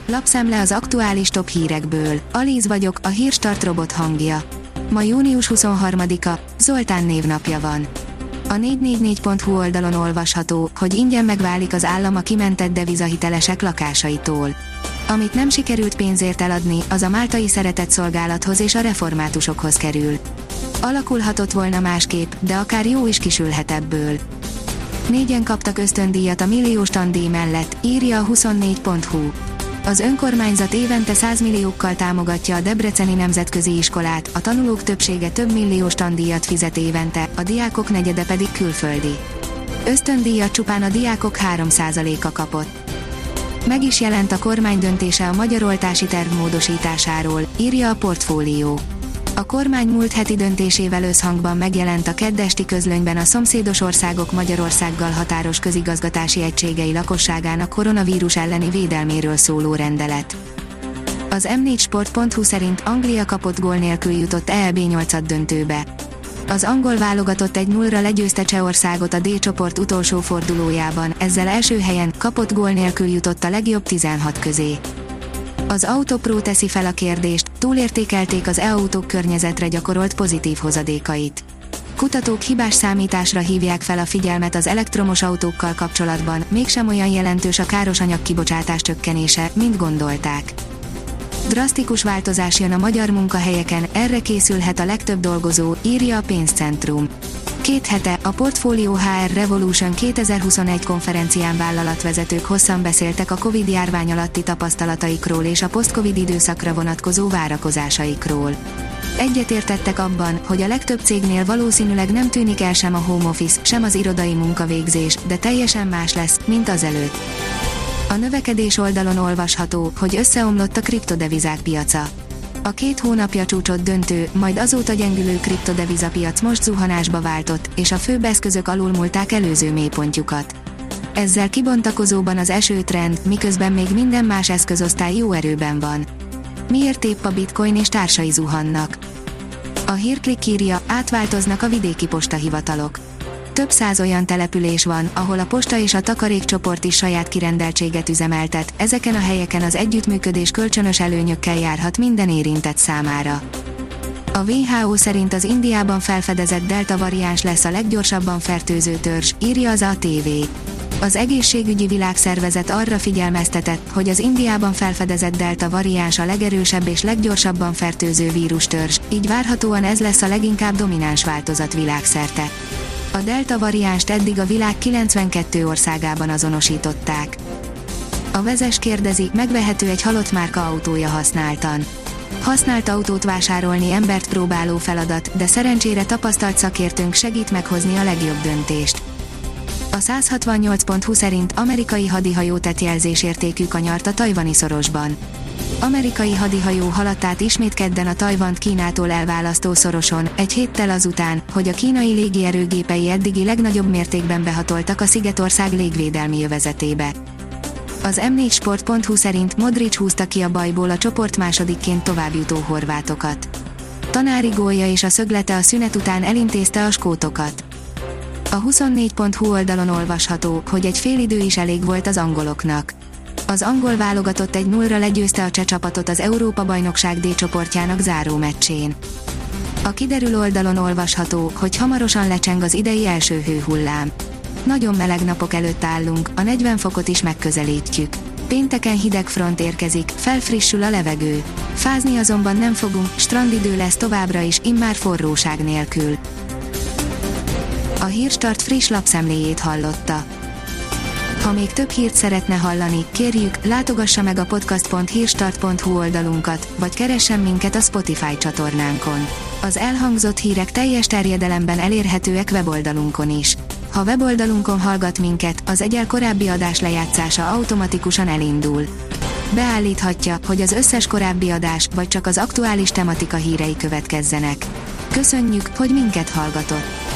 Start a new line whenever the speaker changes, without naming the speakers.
Lapszemle az aktuális top hírekből. Alíz vagyok, a Hírstart robot hangja. Ma június 23-a, Zoltán névnapja van. A 444.hu oldalon olvasható, hogy ingyen megválik az állam a kimentett devizahitelesek lakásaitól. Amit nem sikerült pénzért eladni, az a máltai szeretetszolgálathoz és a reformátusokhoz kerül. Alakulhatott volna másképp, de akár jó is kisülhet ebből. Négyen kaptak ösztöndíjat a milliós tandíj mellett, írja a 24.hu. Az önkormányzat évente 100 milliókkal támogatja a Debreceni Nemzetközi Iskolát, a tanulók többsége több milliós tandíjat fizet évente, a diákok negyede pedig külföldi. Ösztöndíjat csupán a diákok 3%-a kapott. Meg is jelent a kormány döntése a magyar oltási terv módosításáról, írja a Portfólió. A kormány múlt heti döntésével összhangban megjelent a kedd esti közlönyben a szomszédos országok Magyarországgal határos közigazgatási egységei lakosságának koronavírus elleni védelméről szóló rendelet. Az m4sport.hu szerint Anglia kapott gól nélkül jutott EB 8-ad döntőbe. Az angol válogatott 1-0-ra legyőzte Csehországot a D csoport utolsó fordulójában, ezzel első helyen, kapott gól nélkül jutott a legjobb 16 közé. Az Autopro teszi fel a kérdést, túlértékelték az e-autók környezetre gyakorolt pozitív hozadékait. Kutatók hibás számításra hívják fel a figyelmet az elektromos autókkal kapcsolatban, mégsem olyan jelentős a károsanyag kibocsátás csökkenése, mint gondolták. Drasztikus változás jön a magyar munkahelyeken, erre készülhet a legtöbb dolgozó, írja a Pénzcentrum. 2 hete, a Portfolio HR Revolution 2021 konferencián vállalatvezetők hosszan beszéltek a Covid-járvány alatti tapasztalataikról és a post-Covid időszakra vonatkozó várakozásaikról. Egyetértettek abban, hogy a legtöbb cégnél valószínűleg nem tűnik el sem a home office, sem az irodai munkavégzés, de teljesen más lesz, mint azelőtt. A növekedés oldalon olvasható, hogy összeomlott a kriptodevizák piaca. A 2 hónapja csúcsot döntő, majd azóta gyengülő kriptodevizapiac most zuhanásba váltott, és a főbb eszközök alulmúlták előző mélypontjukat. Ezzel kibontakozóban az esőtrend, miközben még minden más eszközosztály jó erőben van. Miért épp a bitcoin és társai zuhannak? A Hírklik írja, átváltoznak a vidéki postahivatalok. Több száz olyan település van, ahol a posta és a takarékcsoport is saját kirendeltséget üzemeltet, ezeken a helyeken az együttműködés kölcsönös előnyökkel járhat minden érintett számára. A WHO szerint az Indiában felfedezett delta variáns lesz a leggyorsabban fertőző törzs, írja az ATV. Az Egészségügyi Világszervezet arra figyelmeztetett, hogy az Indiában felfedezett delta variáns a legerősebb és leggyorsabban fertőző vírustörzs, így várhatóan ez lesz a leginkább domináns változat világszerte. A delta variánst eddig a világ 92 országában azonosították. A Vezes kérdezi, megvehető egy halott márka autója használtan. Használt autót vásárolni embert próbáló feladat, de szerencsére tapasztalt szakértőnk segít meghozni a legjobb döntést. A 168.hu szerint amerikai hadihajó tett jelzésértékű kanyart a tajvani szorosban. Amerikai hadihajó haladt át ismét kedden a Tajvant Kínától elválasztó szoroson, egy héttel azután, hogy a kínai légierőgépei eddigi legnagyobb mértékben behatoltak a szigetország légvédelmi övezetébe. Az m4sport.hu szerint Modric húzta ki a bajból a csoport másodikként továbbjutó horvátokat. Tanári gólja és a szöglete a szünet után elintézte a skótokat. A 24.hu oldalon olvasható, hogy egy félidő is elég volt az angoloknak. Az angol válogatott 1-0-ra legyőzte a cseh csapatot az Európa-bajnokság D csoportjának záró meccsén. A kiderül oldalon olvasható, hogy hamarosan lecseng az idei első hőhullám. Nagyon meleg napok előtt állunk, a 40 fokot is megközelítjük. Pénteken hideg front érkezik, felfrissül a levegő. Fázni azonban nem fogunk, strandidő lesz továbbra is, immár forróság nélkül. A Hírstart friss lapszemléjét hallotta. Ha még több hírt szeretne hallani, kérjük, látogassa meg a podcast.hírstart.hu oldalunkat, vagy keressen minket a Spotify csatornánkon. Az elhangzott hírek teljes terjedelemben elérhetőek weboldalunkon is. Ha weboldalunkon hallgat minket, az egyel korábbi adás lejátszása automatikusan elindul. Beállíthatja, hogy az összes korábbi adás, vagy csak az aktuális tematika hírei következzenek. Köszönjük, hogy minket hallgatott!